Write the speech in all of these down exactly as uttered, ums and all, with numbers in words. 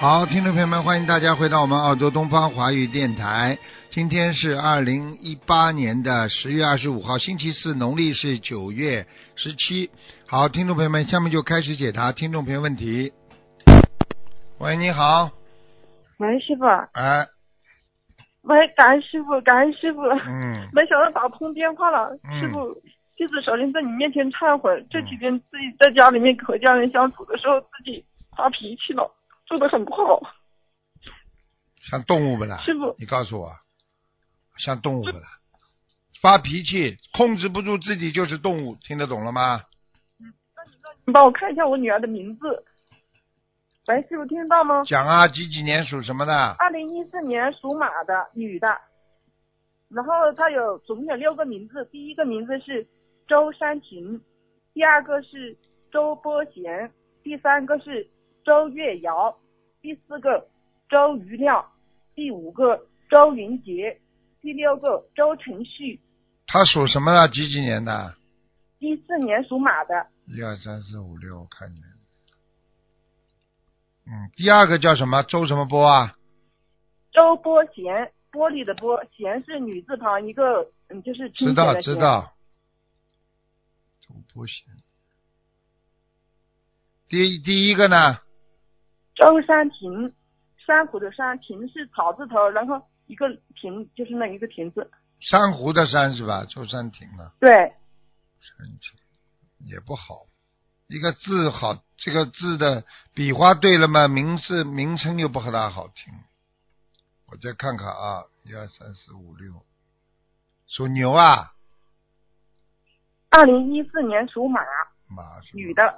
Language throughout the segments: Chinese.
好，听众朋友们，欢迎大家回到我们澳洲东方华语电台。今天是二零一八年的十月二十五号，星期四，农历是九月十七。好，听众朋友们，下面就开始解答听众朋友问题。喂，你好。 喂，师傅。 哎。 喂，感恩师傅，感恩师傅。 嗯。 没想到打通电话了， 嗯、 师傅，弟子首先在你面前忏悔，这几天自己在家里面和家人相处的时候，自己发脾气了，做得很不好。 像动物不啦？ 师傅， 你告诉我，像动物不啦？发脾气，控制不住自己就是动物，听得懂了吗？ 嗯，那你你帮我看一下我女儿的名字。喂，师傅听得到吗？ 讲啊，几几年属什么的？ 二零一四年属马的女的，然后她有总共有六个名字，第一个名字是周山婷，第二个是周波贤，第三个是周月瑶，第四个周瑜亮，第五个周云杰，第六个周晨旭。 他属什么的？几几年的？ 一四年属马的。 一二三四五六，我看见。嗯，第二个叫什么？周什么波啊？ 周波贤，玻璃的波，贤是女字旁一个，嗯，就是知道知道。周波贤。第第一个呢？ 周山婷，珊瑚的珊，婷是草字头，然后一个婷就是那一个婷字。 珊瑚的珊是吧？周山婷啊。 对。 山婷也不好，一个字好，这个字的笔画对了嘛，名字名称又不和大好听。我再看看啊，一二三四五六，属牛啊。 二零一四年属马。 马女的。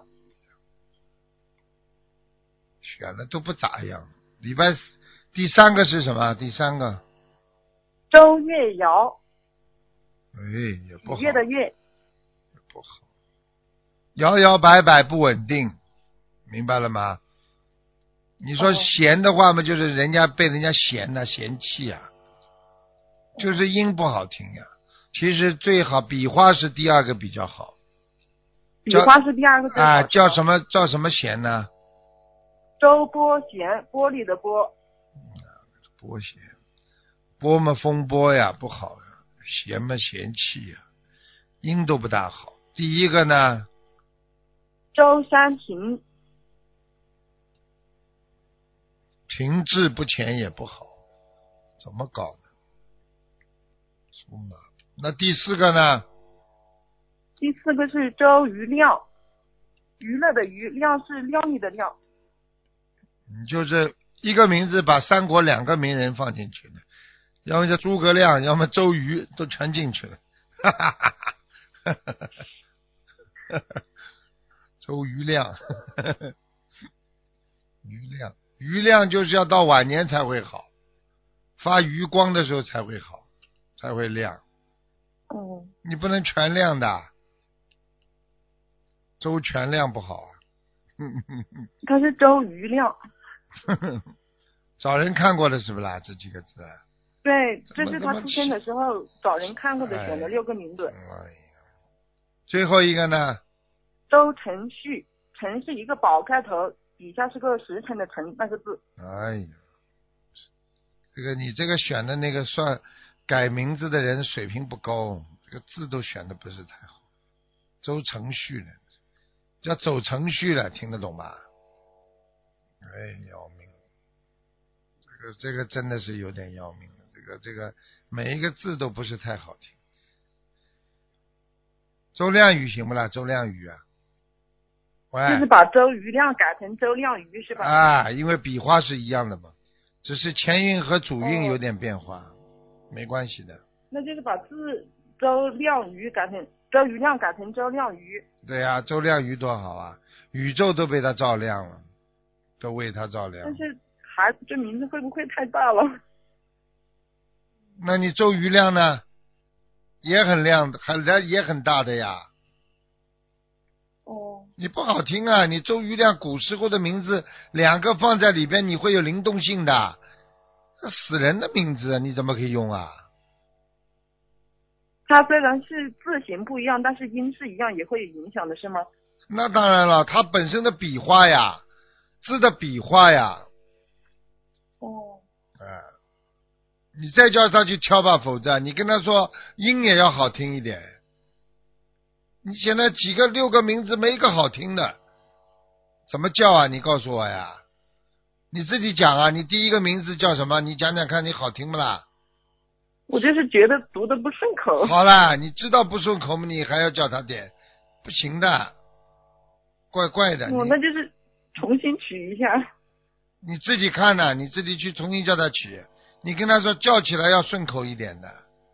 选的都不咋样。礼拜第三个是什么？第三个。 周月瑶。 哎，也不好。 月的月。 也不好。摇摇摆摆不稳定，明白了吗？你说闲的话嘛，就是人家被人家嫌呐、嫌弃啊，就是音不好听呀。其实最好笔画是第二个比较好。 笔画是第二个最好。 啊，叫什么叫什么贤呢？ 周波贤，玻璃的波。 波贤，波嘛风波呀，不好呀；嫌嘛嫌弃呀，音都不大好。第一个呢？ 周山婷。 停滞不前也不好，怎么搞的？属马。那第四个呢？ 第四个是周瑜亮，娱乐的娱，亮是亮丽的亮。 你就是一个名字把三国两个名人放进去了，要么叫诸葛亮，要么周瑜，都全进去了。哈哈哈哈哈哈！周瑜亮，瑜亮。余亮就是要到晚年才会好，发余光的时候才会好，才会亮。 嗯， 你不能全亮的，周全亮不好啊。 他是周瑜亮。 找人看过的是不啦？这几个字。 对，这是他出生的时候找人看过的，选了六个名字。 哎呀，最后一个呢？ 周晨旭，晨是一个宝开头。底下是个时辰的辰那个字。 哎呀，这个你这个选的那个算改名字的人水平不高，这个字都选的不是太好。周程序了，叫走程序了，听得懂吧？哎，要命！这个这个真的是有点要命了。这个这个每一个字都不是太好听。周亮宇行不啦？周亮宇啊。 就是把周瑜亮改成周亮瑜是吧？ 啊，因为笔画是一样的嘛，只是前韵和主韵有点变化，哦、没关系的。 那就是把字周亮瑜改成周瑜亮改成周亮瑜。 对呀、啊，周亮瑜多好啊，宇宙都被他照亮了，都为他照亮。 但是孩子这名字会不会太大了？ 那你周瑜亮呢？也很亮，很也很大的呀。 哦， 你不好听啊！你周瑜亮古时候的名字两个放在里边，你会有灵动性的。死人的名字你怎么可以用啊？ 它虽然是字形不一样，但是音是一样，也会有影响的是吗？ 那当然了，它本身的笔画呀，字的笔画呀， 啊，你再叫他去挑吧，否则你跟他说音也要好听一点。你现在几个六个名字没一个好听的，怎么叫啊？你告诉我呀，你自己讲啊，你第一个名字叫什么？你讲讲看，你好听不啦？ 我就是觉得读的不顺口。 好啦，你知道不顺口吗？你还要叫他点，不行的，怪怪的。 我那就是重新取一下。 你自己看呐、你自己去重新叫他取。你跟他说叫起来要顺口一点的。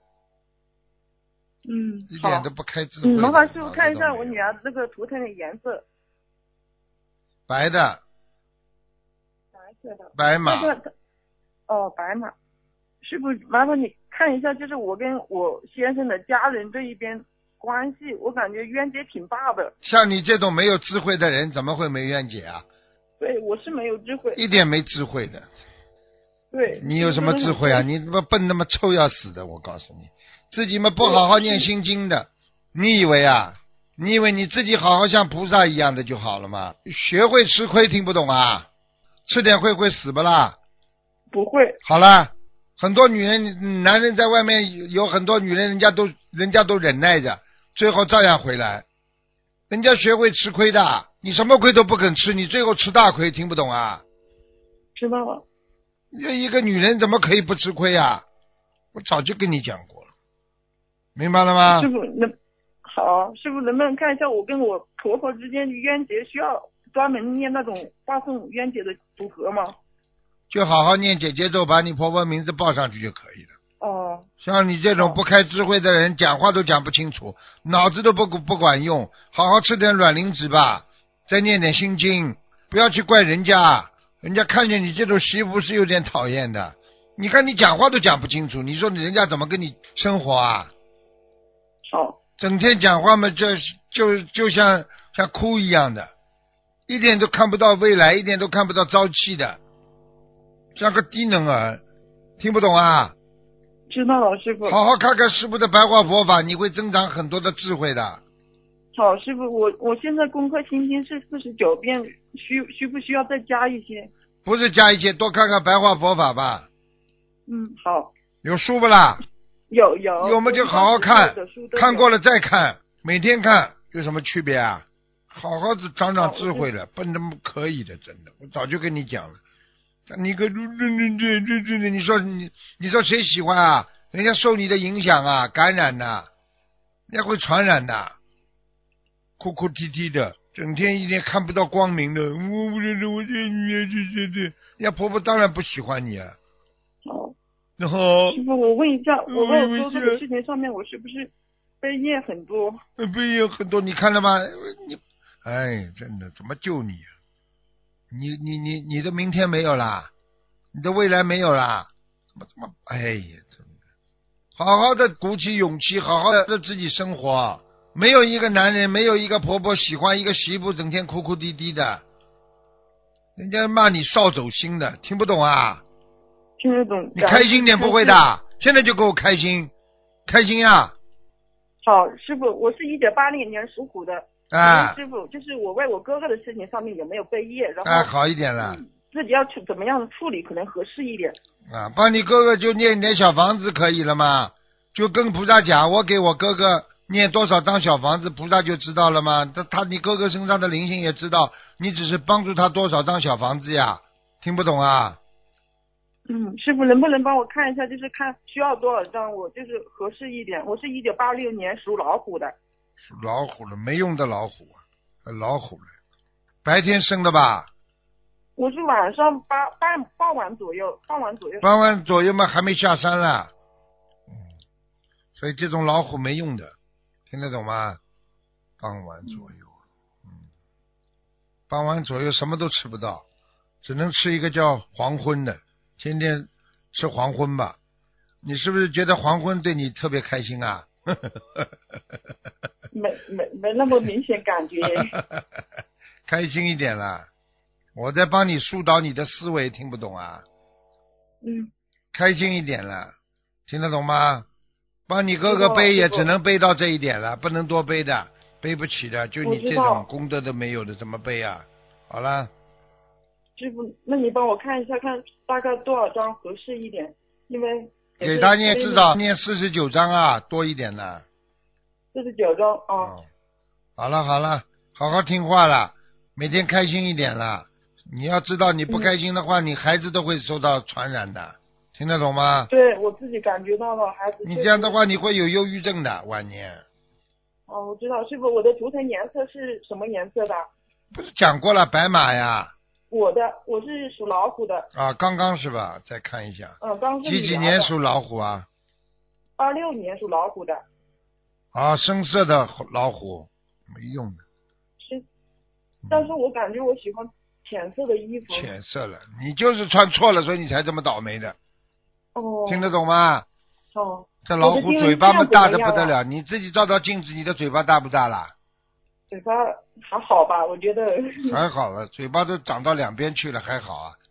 嗯， 一点都不开智慧的。 嗯，麻烦师傅看一下脑子都没有我女儿那个图腾的颜色。 白的， 白色的。 白马。 那个哦，白马。师傅，麻烦你看一下，就是我跟我先生的家人这一边关系，我感觉冤结挺大的。 像你这种没有智慧的人，怎么会没冤结啊？ 对，我是没有智慧。 一点没智慧的。 对。 你有什么智慧啊？你他妈笨那么臭要死的，我告诉你，自己嘛不好好念心经的，你以为啊？你以为你自己好好像菩萨一样的就好了吗？学会吃亏，听不懂啊？吃点亏会死不啦？ 不会。 好了。很多女人、男人在外面有很多女人，人家都人家都忍耐着，最后照样回来。人家学会吃亏的，你什么亏都不肯吃，你最后吃大亏，听不懂啊？ 知道了。 一个女人怎么可以不吃亏啊？我早就跟你讲过了，明白了吗？ 师傅，能好，师傅能不能看一下我跟我婆婆之间的冤结，需要专门念那种化送冤结的组合吗？ 就好好念姐姐咒，把你婆婆名字报上去就可以了。 哦。 像你这种不开智慧的人，讲话都讲不清楚，脑子都不不管用，好好吃点卵磷脂吧，再念点心经，不要去怪人家，人家看见你这种媳妇是有点讨厌的。你看你讲话都讲不清楚，你说你人家怎么跟你生活啊？ 好。 整天讲话嘛，就就就像像哭一样的，一点都看不到未来，一点都看不到朝气的。像个低能儿，听不懂啊？ 知道了，师傅。 好好看看师父的白话佛法，你会增长很多的智慧的。 好，师傅，我我现在功课心经是四十九遍，需需不需要再加一些？ 不是加一些，多看看白话佛法吧。 嗯，好。 有书不啦？ 有有。 有嘛就好好看，看过了再看，每天看有什么区别啊？好好的长长智慧了，笨的可以的，真的，我早就跟你讲了。你个你说你你说谁喜欢啊？人家受你的影响啊，感染呐、啊，人家会传染的、啊，哭哭啼啼的，整天一天看不到光明的。我不知道我这女儿这这这，人家婆婆当然不喜欢你啊。 好。 然后师傅，我问一下，我问我哥哥的事情上面，我是不是背业很多？ 背业很多，你看了吗？你哎，真的怎么救你啊？你你你你的明天没有啦，你的未来没有啦，怎么怎么？哎呀，真的，好好的鼓起勇气，好好的自己生活。没有一个男人，没有一个婆婆喜欢一个媳妇整天哭哭啼啼的，人家骂你少走心的，听不懂啊？ 听得懂。 你开心点不会的，现在就给我开心，开心呀！ 好，师傅，我是一九八零年属虎的。 啊， 师傅，就是我为我哥哥的事情上面有没有背业，然后啊好一点了、 嗯，自己要去怎么样的处理可能合适一点啊？帮你哥哥就念点小房子可以了吗？就跟菩萨讲，我给我哥哥念多少张小房子，菩萨就知道了吗？他他你哥哥身上的灵性也知道，你只是帮助他多少张小房子呀？听不懂啊？ 嗯，师傅能不能帮我看一下，就是看需要多少张，我就是合适一点。我是一九八六年属老虎的。 属老虎了，没用的老虎啊，老虎了。白天生的吧？ 我是晚上八半傍晚左右，傍晚左右。 傍晚左右嘛，还没下山了。嗯，所以这种老虎没用的，听得懂吗？傍晚左右，嗯，傍晚左右什么都吃不到，只能吃一个叫黄昏的，天天吃黄昏吧。你是不是觉得黄昏对你特别开心啊？ 没没没那么明显感觉。 开心一点啦，我在帮你疏导你的思维，听不懂啊？ 嗯。 开心一点了，听得懂吗？帮你哥哥背也只能背到这一点了，不能多背的，背不起的，就你这种功德都没有的，怎么背啊？好了。 师傅，那你帮我看一下，看大概多少张合适一点？因为给他念至少念四十九章啊，多一点的。 四十九张啊。 哦，好了好了，好好听话了，每天开心一点了。你要知道，你不开心的话，嗯、你孩子都会受到传染的，听得懂吗？ 对，我自己感觉到了，孩子。 你这样的话，你会有忧郁症的晚年。 哦，我知道，师傅，我的图腾颜色是什么颜色的？ 不是讲过了，白马呀。 我的，我是属老虎的。 啊，刚刚是吧？再看一下。 嗯，刚是。 几几年属老虎啊？ 二六年属老虎的。 啊，深色的老虎，没用的。 是，但是我感觉我喜欢浅色的衣服。 浅色了，你就是穿错了，所以你才这么倒霉的。 哦。 听得懂吗？ 哦。 这老虎嘴巴么大的不得了，你自己照照镜子，你的嘴巴大不大啦？ 嘴巴还好吧，我觉得。 还好了，嘴巴都长到两边去了，还好啊。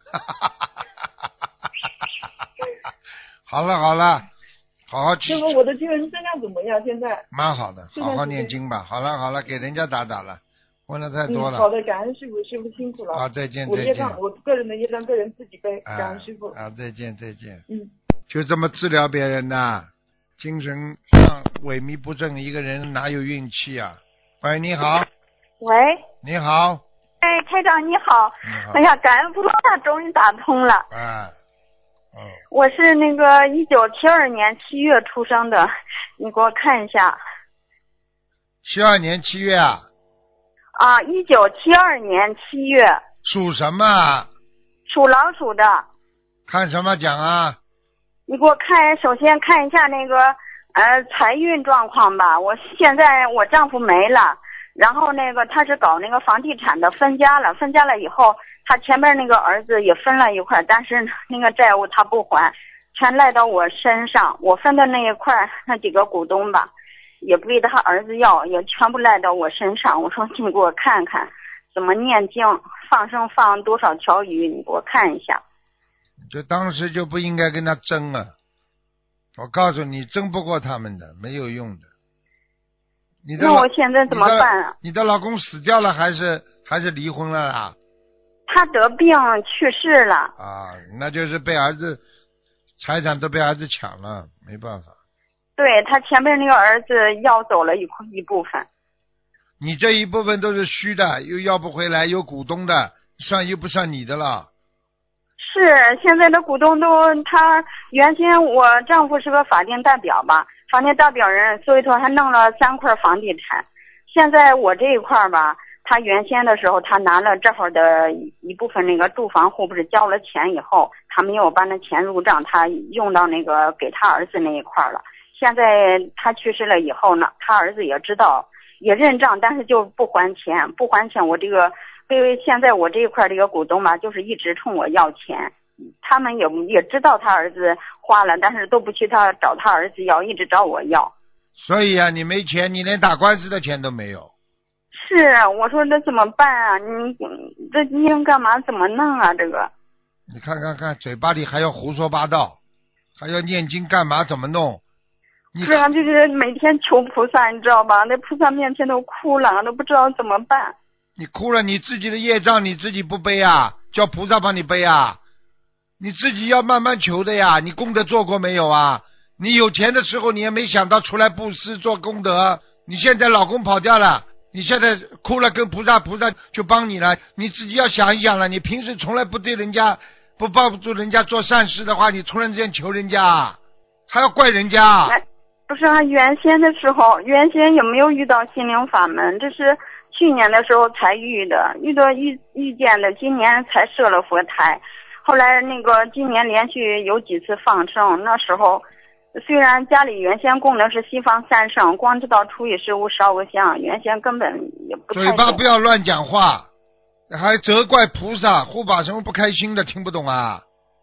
好了好了，好好去。 师傅，我的精神质量怎么样？现在？ 蛮好的，好好念经吧。好了好了，给人家打打了，问的太多了。 嗯、好的，感恩师傅，师傅辛苦了。 啊，再见我再见。 业障，我个人的业障个人自己背， 啊、 感恩师傅。 啊，再见再见。 嗯。 就这么治疗别人的，精神上萎靡不振，一个人哪有运气啊？喂，你好。 喂。 你好。 哎，台长你好。 你好。 哎呀，感恩菩萨，终于打通了。 哎。嗯。 我是那个一九七二年七月出生的，你给我看一下。 七二年七月啊。 啊，一九七二年七月。 属什么？ 属老鼠的。 看什么讲啊？ 你给我看，首先看一下那个呃财运状况吧。我现在我丈夫没了，然后那个他是搞那个房地产的，分家了，分家了以后，他前面那个儿子也分了一块，但是那个债务他不还，全赖到我身上。我分的那一块那几个股东吧，也不给他儿子要，也全部赖到我身上。我说你给我看看怎么念经，放生放多少条鱼，你给我看一下。 就当时就不应该跟他争啊！我告诉你，争不过他们的，没有用的。你的那我现在怎么办啊？ 你的, 你的老公死掉了还是还是离婚了啊？ 他得病去世了。 啊，那就是被儿子财产都被儿子抢了，没办法。 对，他前面那个儿子要走了一一部分。 你这一部分都是虚的，又要不回来，有股东的，算又不算你的了。 是，现在的股东都，他原先我丈夫是个法定代表吧，法定代表人，所以说还弄了三块房地产。现在我这一块吧，他原先的时候他拿了这会儿的一部分那个住房户，不是交了钱以后，他没有把那钱入账，他用到那个给他儿子那一块了。现在他去世了以后呢，他儿子也知道，也认账，但是就不还钱，不还钱，我这个。因为现在我这一块这个股东嘛，就是一直冲我要钱，他们也也知道他儿子花了，但是都不去他找他儿子要，一直找我要。 所以啊，你没钱，你连打官司的钱都没有。 是，我说这怎么办啊？你这应干嘛？怎么弄啊？这个。 你看看看，嘴巴里还要胡说八道，还要念经干嘛？怎么弄？ 是啊，就是每天求菩萨，你知道吧？那菩萨面前都哭了，都不知道怎么办。 你哭了，你自己的业障你自己不背啊，叫菩萨帮你背啊，你自己要慢慢求的呀。你功德做过没有啊？你有钱的时候你也没想到出来布施做功德，你现在老公跑掉了，你现在哭了跟菩萨，菩萨就帮你了。你自己要想一想了，你平时从来不对人家不帮助人家做善事的话，你突然之间求人家还要怪人家。 不是啊，原先的时候原先有没有遇到心灵法门，这是去年的时候才遇的，遇到遇遇见的，今年才设了佛台。后来那个今年连续有几次放生，那时候虽然家里原先供的是西方三圣，光知道初一十五烧个香，原先根本也不太懂。 嘴巴不要乱讲话，还责怪菩萨护法神不开心的，听不懂啊？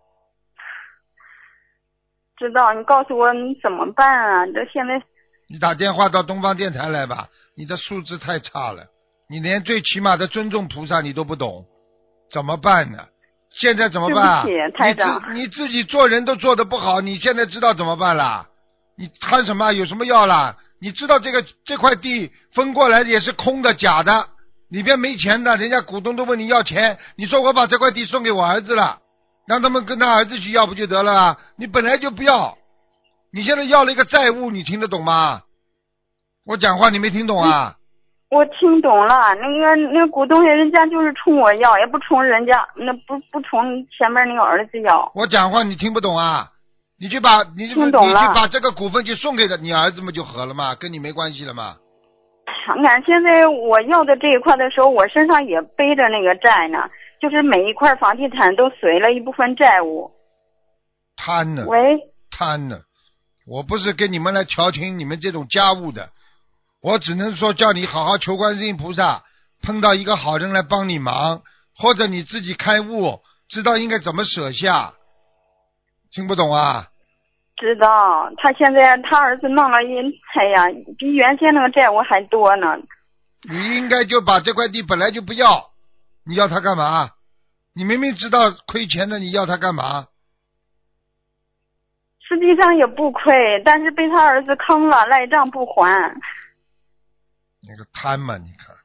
知道，你告诉我你怎么办啊？这现在你打电话到东方电台来吧，你的素质太差了，你连最起码的尊重菩萨你都不懂，怎么办呢？现在怎么办？ 对不起，台长， 你自你自己做人都做得不好，你现在知道怎么办了？你贪什么？有什么要啦？你知道这个这块地分过来也是空的假的， 里边没钱的，人家股东都问你要钱，你说我把这块地送给我儿子了，让他们跟他儿子去要不就得了啊？你本来就不要，你现在要了一个债务，你听得懂吗？我讲话你没听懂啊？ 我听懂了，那个那个股东人家就是冲我要，也不冲人家，那不不冲前面那个儿子要。 我讲话你听不懂啊？你去把你就你去把这个股份去送给你儿子们就合了嘛，跟你没关系了嘛。 俺现在我要的这一块的时候，我身上也背着那个债呢，就是每一块房地产都随了一部分债务。 贪呢？ 喂， 贪呢？我不是跟你们来调停你们这种家务的，我只能说叫你好好求观世音菩萨，碰到一个好人来帮你忙，或者你自己开悟，知道应该怎么舍下。听不懂啊？ 知道，他现在他儿子弄了一，哎呀，比原先那个债务还多呢。 你应该就把这块地本来就不要，你要他干嘛？你明明知道亏钱的，你要他干嘛？ 实际上也不亏，但是被他儿子坑了，赖账不还。 那个贪嘛，你看，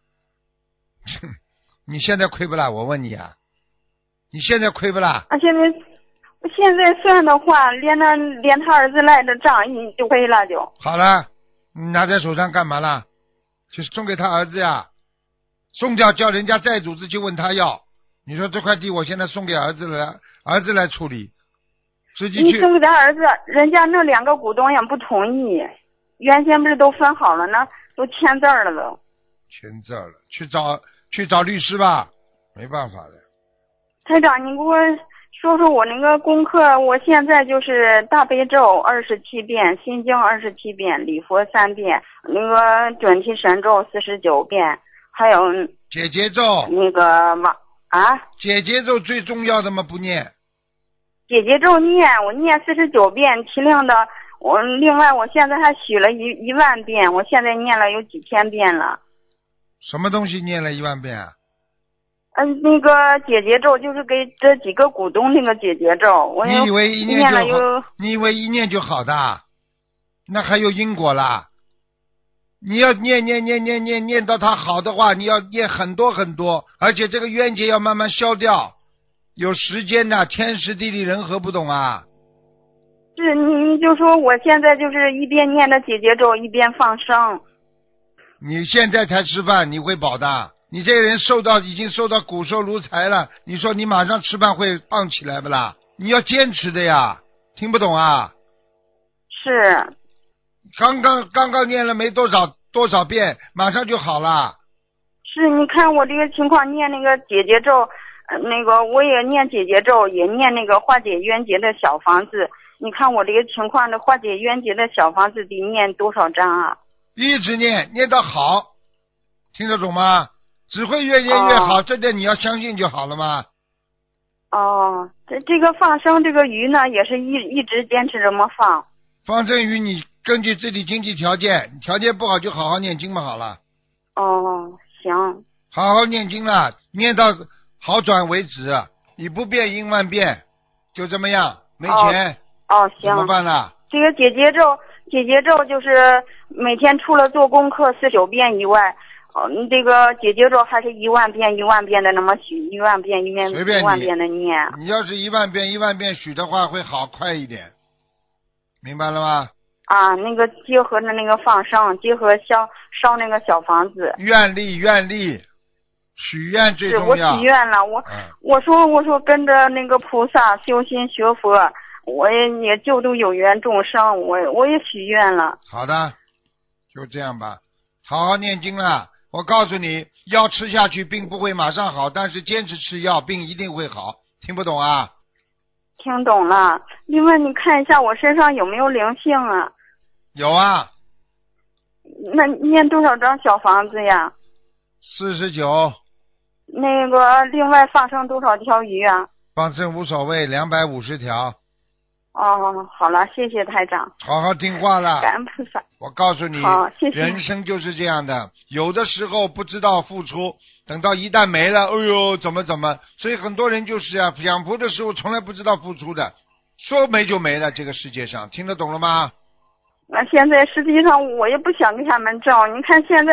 你现在亏不啦？我问你啊，你现在亏不啦？ 啊，现在现在算的话，连那连他儿子赖的账一就亏了就。 好了，你拿在手上干嘛啦？去送给他儿子呀，送掉叫人家债主自己问他要。你说这块地我现在送给儿子了，儿子来处理。自己去。 你送给他儿子，人家那两个股东也不同意，原先不是都分好了呢，都签字了都。 签字了，去找去找律师吧，没办法的。 台长，你给我说说我那个功课，我现在就是大悲咒二十七遍，心经二十七遍，礼佛三遍，那个准提神咒四十九遍，还有解结咒。 那个往啊， 解结咒最重要的嘛，不念。 解结咒念，我念四十九遍，提令的。我另外我现在还许了一一万遍，我现在念了有几千遍了。 什么东西念了一万遍啊？ 嗯，那个解结咒就是给这几个股东那个解结咒，我你以为一念念了就好？ 有你以为一念就好的？那还有因果啦！你要念念念念念念到它好的话，你要念很多很多，而且这个冤结要慢慢消掉，有时间的，天时地利人和，不懂啊？ 是你你就说我现在就是一边念着解结咒一边放生。 你现在才吃饭，你会饱的。你这个人瘦到已经瘦到骨瘦如柴了，你说你马上吃饭会胖起来不啦？你要坚持的呀，听不懂啊？ 是。 刚刚刚刚念了没多少多少遍，马上就好了。 是，你看我这个情况，念那个解结咒，呃、那个我也念解结咒，也念那个化解冤结的小房子。你看我这个情况的化解冤结的小房子得念多少章啊？ 一直念，念到好，听得懂吗？只会越念越好， 哦、 这点你要相信就好了吗？ 哦，这这个放生这个鱼呢，也是一一直坚持这么放。 放生鱼你根据自己经济条件，条件不好就好好念经嘛，好了。 哦，行。 好好念经了，念到好转为止，你不变应万变，就这么样，没钱。 哦，哦行。 怎么办呢？ 这个解结咒，解结咒就是每天除了做功课四九遍以外，哦，这个解结咒还是一万遍一万遍的那么许，一万遍一遍一万遍的念。 你要是一万遍一万遍许的话，会好快一点，明白了吗？ 啊，那个结合着那个放生，结合烧烧那个小房子。 愿力愿力，许愿最重要。 是我许愿了，我、嗯、我说我说跟着那个菩萨修心学佛，我也也救度有缘众生，我我也许愿了。 好的，就这样吧，好好念经了。我告诉你，药吃下去并不会马上好，但是坚持吃药，病一定会好。听不懂啊？ 听懂了。另外，你看一下我身上有没有灵性啊？ 有啊。 那念多少张小房子呀？ 四十九。 那个，另外放生多少条鱼啊？ 放生无所谓，两百五十条。 哦，好了，谢谢台长。 好好听话了。 感恩菩萨。 我告诉你， 好，谢谢。 人生就是这样的，有的时候不知道付出，等到一旦没了，哎呦，怎么怎么，所以很多人就是啊，享福的时候从来不知道付出的，说没就没了，这个世界上，听得懂了吗？ 那现在实际上我也不想给他们挣，你看现在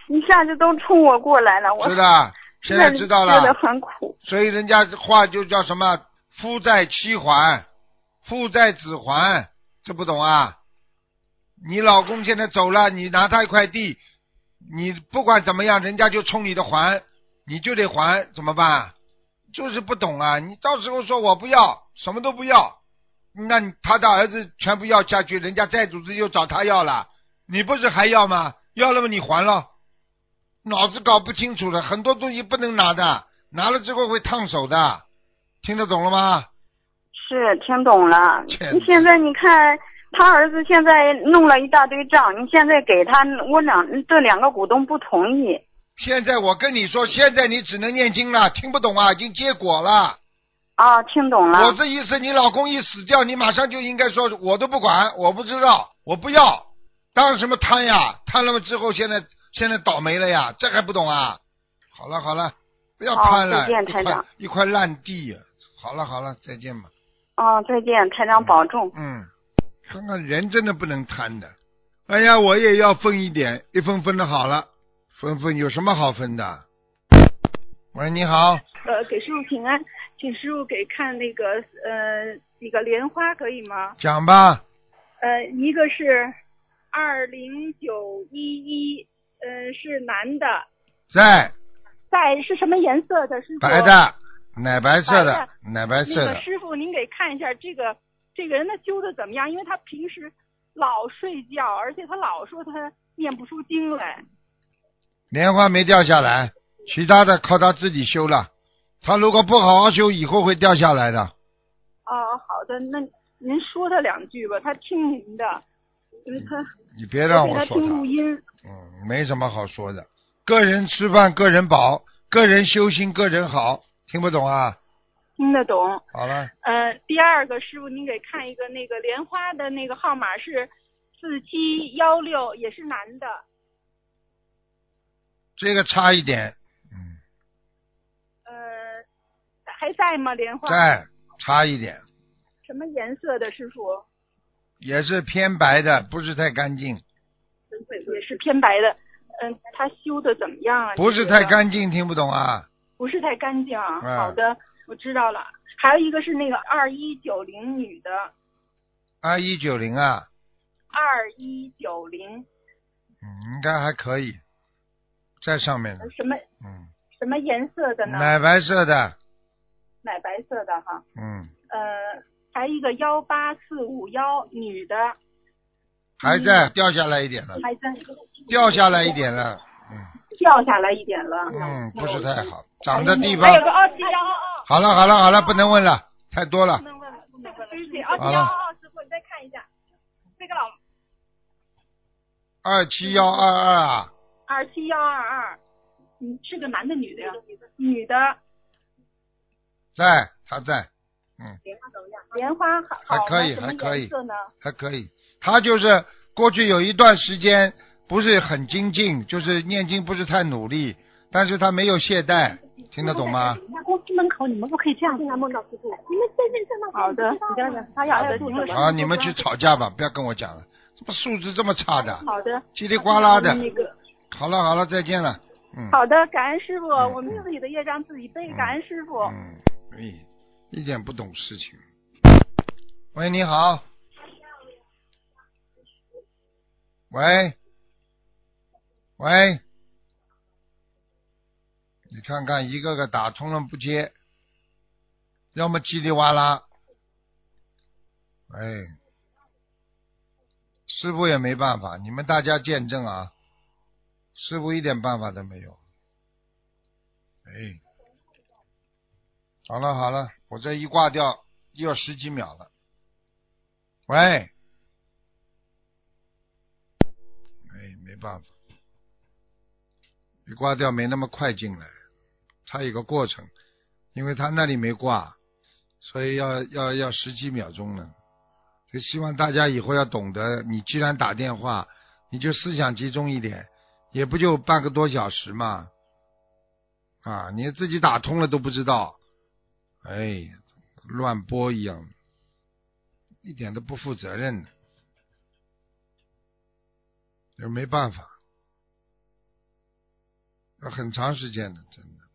一下子都冲我过来了，我知道，现在知道了， 觉得很苦。 所以人家话就叫什么夫债妻还，父债子还，这不懂啊？你老公现在走了，你拿他一块地，你不管怎么样，人家就冲你的还，你就得还，怎么办？就是不懂啊！你到时候说我不要，什么都不要，那你他的儿子全部要下去，人家债主子又找他要了，你不是还要吗？要了吗？你还了，脑子搞不清楚了，很多东西不能拿的，拿了之后会烫手的，听得懂了吗？ 是听懂了。 欠你现在你看他儿子现在弄了一大堆账，你现在给他，我两这两个股东不同意。 现在我跟你说，现在你只能念经了，听不懂啊？已经结果了。 啊，听懂了。 我这意思，你老公一死掉，你马上就应该说，我都不管，我不知道，我不要，当什么贪呀？贪了之后，现在现在倒霉了呀，这还不懂啊？好了好了，不要贪了， 再见台长， 一块烂地。好了好了，再见吧。 哦，再见，台长保重。 嗯，看看人真的不能贪的。哎呀，我也要分一点，一分分的好了。分分有什么好分的？喂，你好。 呃，给师傅平安，请师傅给看那个呃几个莲花可以吗？ 讲吧。 呃，一个是二零九一一，呃是男的。 在。 在是什么颜色的？师傅。 白的，奶白色的， 的奶白色的。 那个师傅，您给看一下这个这个人他修的怎么样？因为他平时老睡觉，而且他老说他念不出经来。 莲花没掉下来，其他的靠他自己修了。他如果不好好修，以后会掉下来的。 哦，好的，那您说他两句吧，他听您的，因为他你别让我我给他听录音。 嗯，没什么好说的。个人吃饭，个人饱；个人修心，个人好。听不懂啊？ 听得懂。 好了。 呃，第二个师傅，您给看一个那个莲花的那个号码是四七幺六，也是男的。 这个差一点。嗯。 呃，还在吗？莲花。 在，差一点。 什么颜色的师傅？ 也是偏白的，不是太干净。 也是偏白的。嗯、呃，他修的怎么样啊？ 不是太干净，听不懂啊？ 不是太干净啊。 嗯、 好的，我知道了。还有一个是那个二一九零女的。 二一九零啊。 二一九零。 嗯，应该还可以，在上面呢。 什么？ 嗯。 什么颜色的呢？ 奶白色的。 奶白色的哈。 嗯。 呃，还一个幺八四五幺女的。 还在、嗯、掉下来一点了。 还在。 掉下来一点了。嗯。 掉下来一点了。 嗯，不是太好，长的地方。 还有个二七幺二二。 好了好了好了，不能问了，太多了。 不能问了，不能问了。对不起，二七幺二二，师傅你再看一下，这个老。 二七幺二二啊。 二七幺二二，嗯，是个男的女的呀？女的。 在，他在。嗯。 莲花怎么样？莲花好。 还可以，还可以。 什么颜色呢？ 还可以，他就是过去有一段时间不是很精进，就是念经不是太努力，但是他没有懈怠，听得懂吗？ 公司门口你们不可以这样。经常梦到师傅，你们现在这么好的，你跟他讲，他要的行了。 好，你们去吵架吧，不要跟我讲了，怎么素质这么差的？ 好的。 叽里呱啦的。 那个。 好了好了，再见了。嗯。 好的，感恩师傅，嗯、我们自己的业障自己背，感恩师傅。 嗯，哎，一点不懂事情。喂，你好。喂，喂，你看看一个个打通了不接，要么叽里哇啦，哎，师父也没办法，你们大家见证啊，师父一点办法都没有。哎，好了好了，我这一挂掉又要十几秒了。喂，哎，没办法，一挂掉没那么快进来，它有个过程，因为他那里没挂，所以要要要十几秒钟呢。就希望大家以后要懂得，你既然打电话，你就思想集中一点，也不就半个多小时嘛，啊，你自己打通了都不知道，哎，乱拨一样，一点都不负责任的。也没办法， 很长时间的，真的。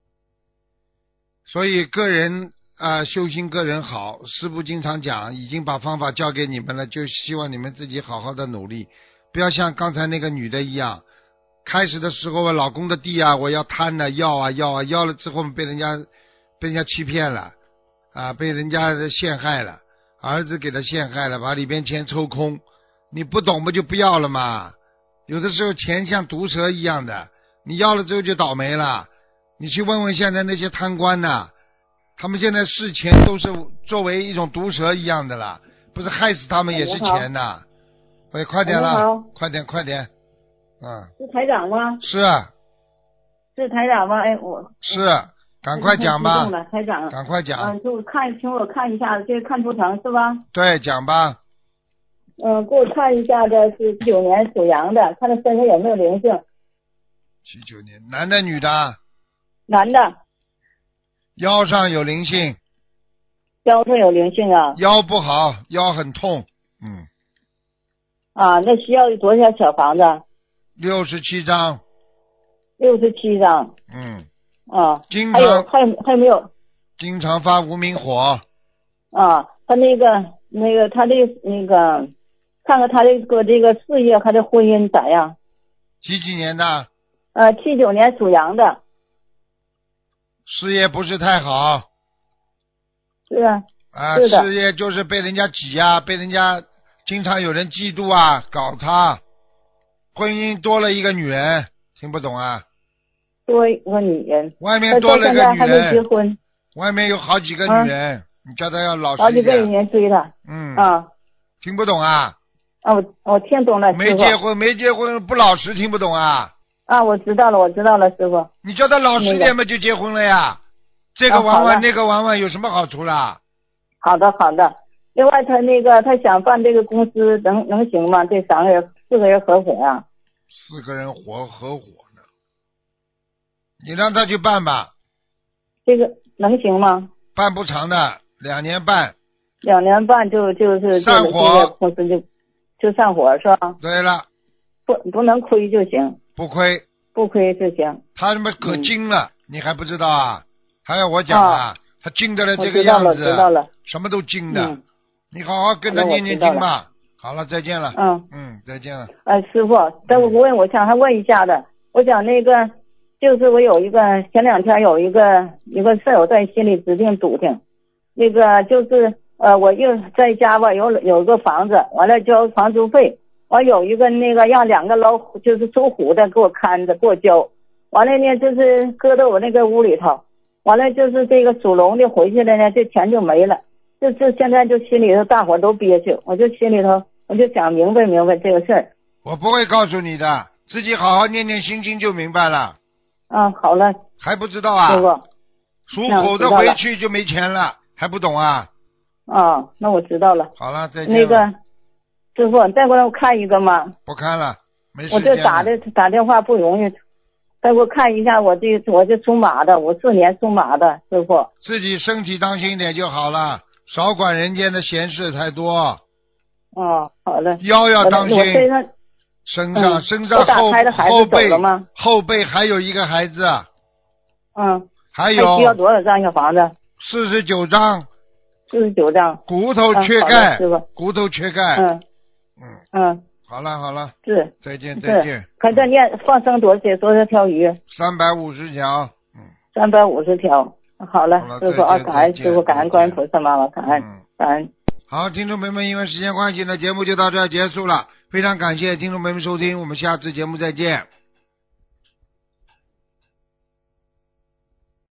所以个人啊、呃，修心个人好，师父经常讲，已经把方法教给你们了，就希望你们自己好好的努力，不要像刚才那个女的一样，开始的时候老公的地啊，我要贪的要啊要啊要了之后被人家被人家欺骗了啊，被人家陷害了，儿子给他陷害了，把里边钱抽空，你不懂不就不要了嘛？有的时候钱像毒蛇一样的，你要了之后就倒霉了。你去问问现在那些贪官呐，他们现在视钱都是作为一种毒蛇一样的了，不是害死他们也是钱呐。喂，快点了，快点快点。嗯。 是台长吗？ 是啊。 是台长吗？哎，我。 是，赶快讲吧。 了，台长。 赶快讲。 嗯，就看，请我看一下，这个看图腾是吧？ 对，讲吧。 嗯，给我看一下的是九年属羊的，看他身上有没有灵性。 七九年，男的女的？ 男的。 腰上有灵性。 腰上有灵性啊？ 腰不好，腰很痛。嗯。 啊，那需要多少小房子？ 六十七张。 六十七张。 嗯。 啊。 经常还有还有还有没有？ 经常发无名火。 啊，他那个那个他的那个。看看他这个这个事业，他的婚姻咋样？ 几几年的？ 呃，七九年属羊的。 事业不是太好。 是啊。 啊， 是的。 事业就是被人家挤啊，被人家经常有人嫉妒啊，搞他。婚姻多了一个女人，听不懂啊？ 多一个女人。 外面多了一个女人。 还没结婚。 外面有好几个女人，啊、你叫他要老实一点。好几个女人追他。 嗯。 啊。 听不懂啊？ 啊，我我听懂了， 没结婚，没结婚不老实，听不懂啊？ 啊，我知道了，我知道了，师傅。 你叫他老实点嘛，就结婚了呀。这个玩玩，那个玩玩，有什么好处啦？ 好的，好的。另外，他那个他想办这个公司，能能行吗？这三个人，四个人合伙啊。 四个人合合伙呢？你让他去办吧。 这个能行吗？ 办不长的，两年半。 两年半就就是散伙， 公司就就散伙是吧？ 对了， 不不能亏就行， 不亏， 不亏就行。 他他妈可精了、嗯，你还不知道啊？还要我讲啊？啊他精得了这个样子， 知道了， 什么都精的、 嗯。 你好好跟他念念经吧。好了，再见了。 嗯嗯，再见了。 哎，师傅，等我问，我想还问一下的，我想那个就是我有一个前两天有一个一个事儿，我在心里指定笃定，那个就是。呃，我又在家吧，有有个房子，完了交房租费，完有一个那个让两个老虎，就是属虎的给我看着，给我交，完了呢就是搁到我那个屋里头，完了就是这个属龙的回去了呢，这钱就没了，就是现在就心里头大伙都憋屈，我就心里头我就想明白明白这个事儿。 我不会告诉你的，自己好好念念心经就明白了。 嗯，好了。 还不知道啊？ 师傅。 属虎的回去就没钱了，还不懂啊？ 哦，那我知道了。 好了，再见了。 那个师傅，再给我看一个吗？ 不看了，没时间。我这打的打电话不容易，再给我看一下我这我这属马的，五四年属马的师傅。 自己身体当心一点就好了，少管人间的闲事太多。 哦，好的。 腰要当心。 我身上身上、 嗯、 身上后后背后背还有一个孩子。 嗯。 还有。 还需要多少张小房子？ 四十九张。 四十九张， 骨头缺钙， 嗯、 骨头缺钙。 嗯嗯嗯， 好了好了， 是， 再见再见。 看这念放生多少多少条鱼？ 三百五十条。嗯， 三百五十条。好了， 好了师傅啊，感恩师傅，感恩观音菩萨妈妈，感恩、嗯、感恩。 好，听众朋友们，因为时间关系呢，节目就到这儿结束了。非常感谢听众朋友们收听，我们下次节目再见。